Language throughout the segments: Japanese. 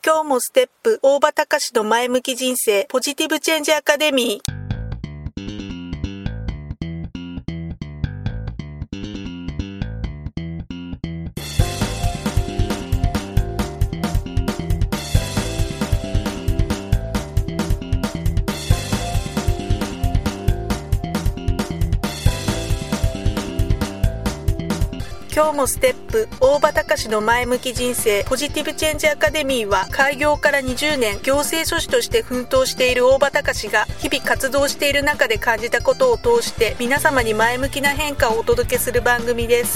今日もステップ大場隆の前向き人生ポジティブチェンジアカデミー。今日もステップ大場隆の前向き人生ポジティブチェンジアカデミーは、開業から20年行政書士として奮闘している大場隆が日々活動している中で感じたことを通して皆様に前向きな変化をお届けする番組です。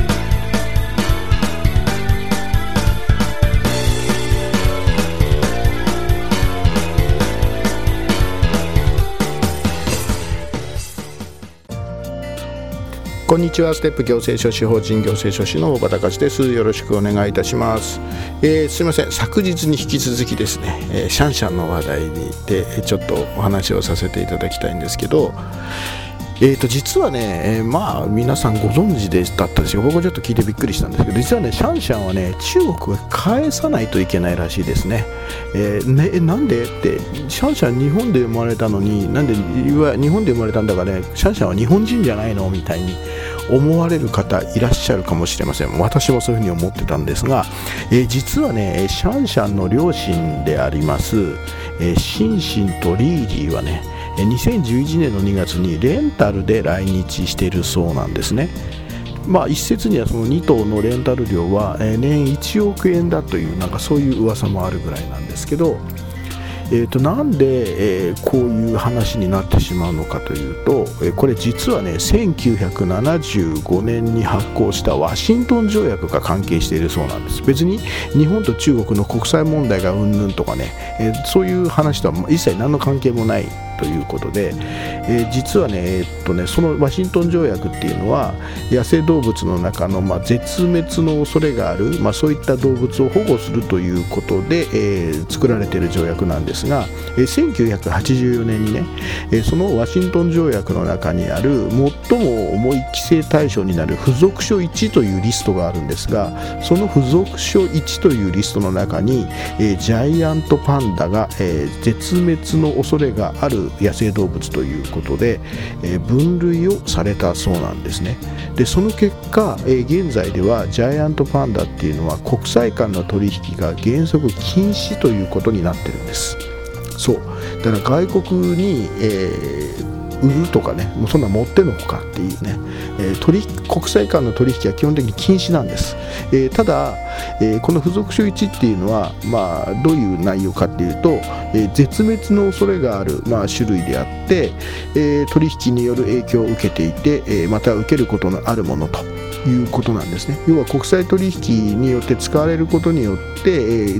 こんにちは。ステップ行政書士法人行政書士の大場隆です。よろしくお願いいたします。すいません、昨日に引き続きですね、シャンシャンの話題でちょっとお話をさせていただきたいんですけど、実はね、皆さんご存知だったんですよ。僕ちょっと聞いてびっくりしたんですけど、実はね、シャンシャンはね、中国が返さないといけないらしいですね。なんでってシャンシャン日本で生まれたのに、なんで日本で生まれたんだからね、シャンシャンは日本人じゃないのみたいに思われる方いらっしゃるかもしれません。私もそういうふうに思ってたんですが、実はね、シャンシャンの両親でありますシンシンとリーリーはね、2011年の2月にレンタルで来日しているそうなんですね。一説にはその2頭のレンタル料は年1億円だという、なんかそういう噂もあるぐらいなんですけど、なんで、こういう話になってしまうのかというと、これ実はね、1975年に発行したワシントン条約が関係しているそうなんです。別に日本と中国の国際問題がうんぬんとかね、そういう話とは一切何の関係もないということで、実はね、そのワシントン条約っていうのは野生動物の中の、絶滅の恐れがある、そういった動物を保護するということで、作られている条約なんですが、1984年にね、そのワシントン条約の中にある最も重い規制対象になる付属書1というリストがあるんですが、その付属書1というリストの中に、ジャイアントパンダが、絶滅の恐れがある野生動物ということで、分類をされたそうなんですね。でその結果、現在ではジャイアントパンダっていうのは国際間の取引が原則禁止ということになってるんです。そうだから外国に、売るとかね、もうそんな持ってのほかっていうね、国際間の取引は基本的に禁止なんです。ただ、この付属書1っていうのは、どういう内容かっていうと、絶滅の恐れがある、種類であって、取引による影響を受けていて、また受けることのあるものということなんですね。要は国際取引によって使われることによって、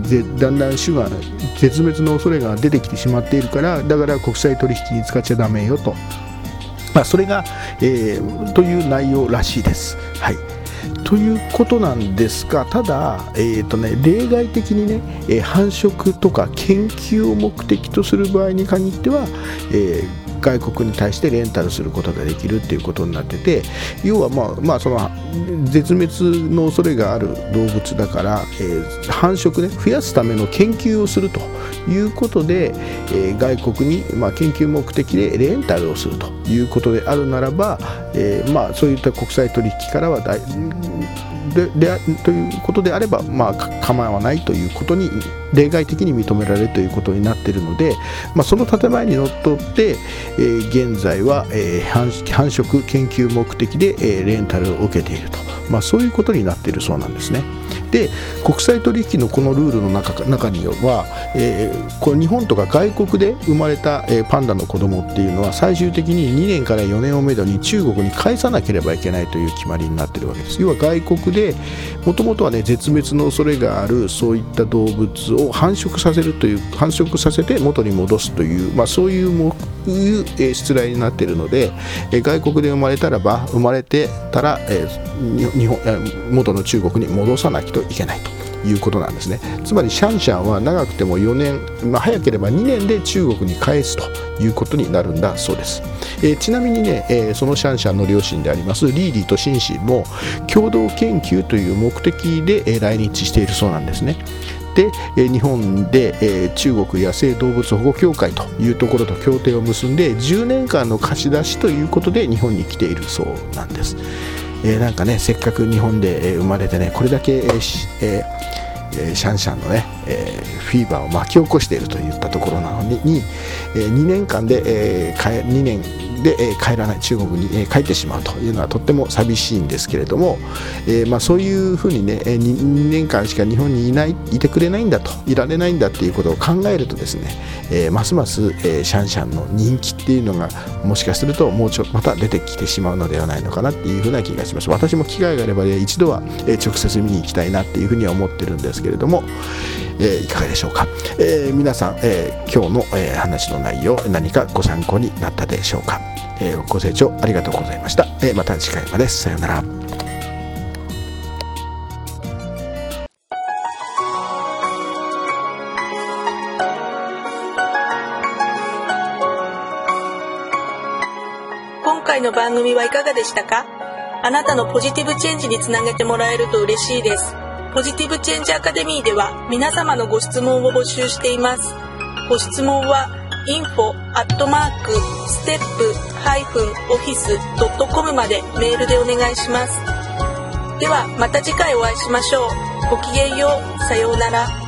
だんだん種が絶滅の恐れが出てきてしまっているから、だから国際取引に使っちゃダメよと、それが、という内容らしいです。はい、ということなんですが、ただ、例外的にね、繁殖とか研究を目的とする場合に限っては、外国に対してレンタルすることができるっていうことになってて、要はその絶滅の恐れがある動物だから、繁殖ね、増やすための研究をするということで、外国に、研究目的でレンタルをするということであるならば、そういった国際取引からはということであれば、構わないということに例外的に認められるということになっているので、その建前にのっとって、現在は、繁殖研究目的で、レンタルを受けていると、そういうことになっているそうなんですね。で国際取引のこのルールの中には、これ日本とか外国で生まれた、パンダの子供っていうのは最終的に2年から4年をめどに中国に返さなければいけないという決まりになっているわけです。要は外国でもともとはね、絶滅の恐れがあるそういった動物を繁殖させて元に戻すという、そういう失礼になっているので、外国で生まれてたら、元の中国に戻さなきゃいけないということなんですね。つまりシャンシャンは長くても4年、早ければ2年で中国に返すということになるんだそうです。ちなみにね、そのシャンシャンの両親でありますリーリーとシンシンも共同研究という目的で、来日しているそうなんですね。 、日本で、中国野生動物保護協会というところと協定を結んで10年間の貸し出しということで日本に来ているそうなんです。なんかね、せっかく日本で生まれてね、これだけ、シャンシャンのね、フィーバーを巻き起こしているといったところなのに、2年間で、2年で、帰らない中国に、帰ってしまうというのはとっても寂しいんですけれども、そういうふうにね 2年間しか日本にいてくれないんだと、いられないんだっていうことを考えるとですね、ますます、シャンシャンの人気っていうのがもしかするともうまた出てきてしまうのではないのかなっていうふうな気がします。私も機会があれば、一度は、直接見に行きたいなっていうふうには思ってるんですけれども、いかがでしょうか。皆さん、今日の、話の内容何かご参考になったでしょうか。ご清聴ありがとうございました。また次回まで。さようなら。 今回の番組はいかがでしたか？あなたのポジティブチェンジにつなげてもらえると嬉しいです。ポジティブチェンジアカデミーでは皆様のご質問を募集しています。ご質問はinfo@step-office.com までメールでお願いします。ではまた次回お会いしましょう。ごきげんよう。さようなら。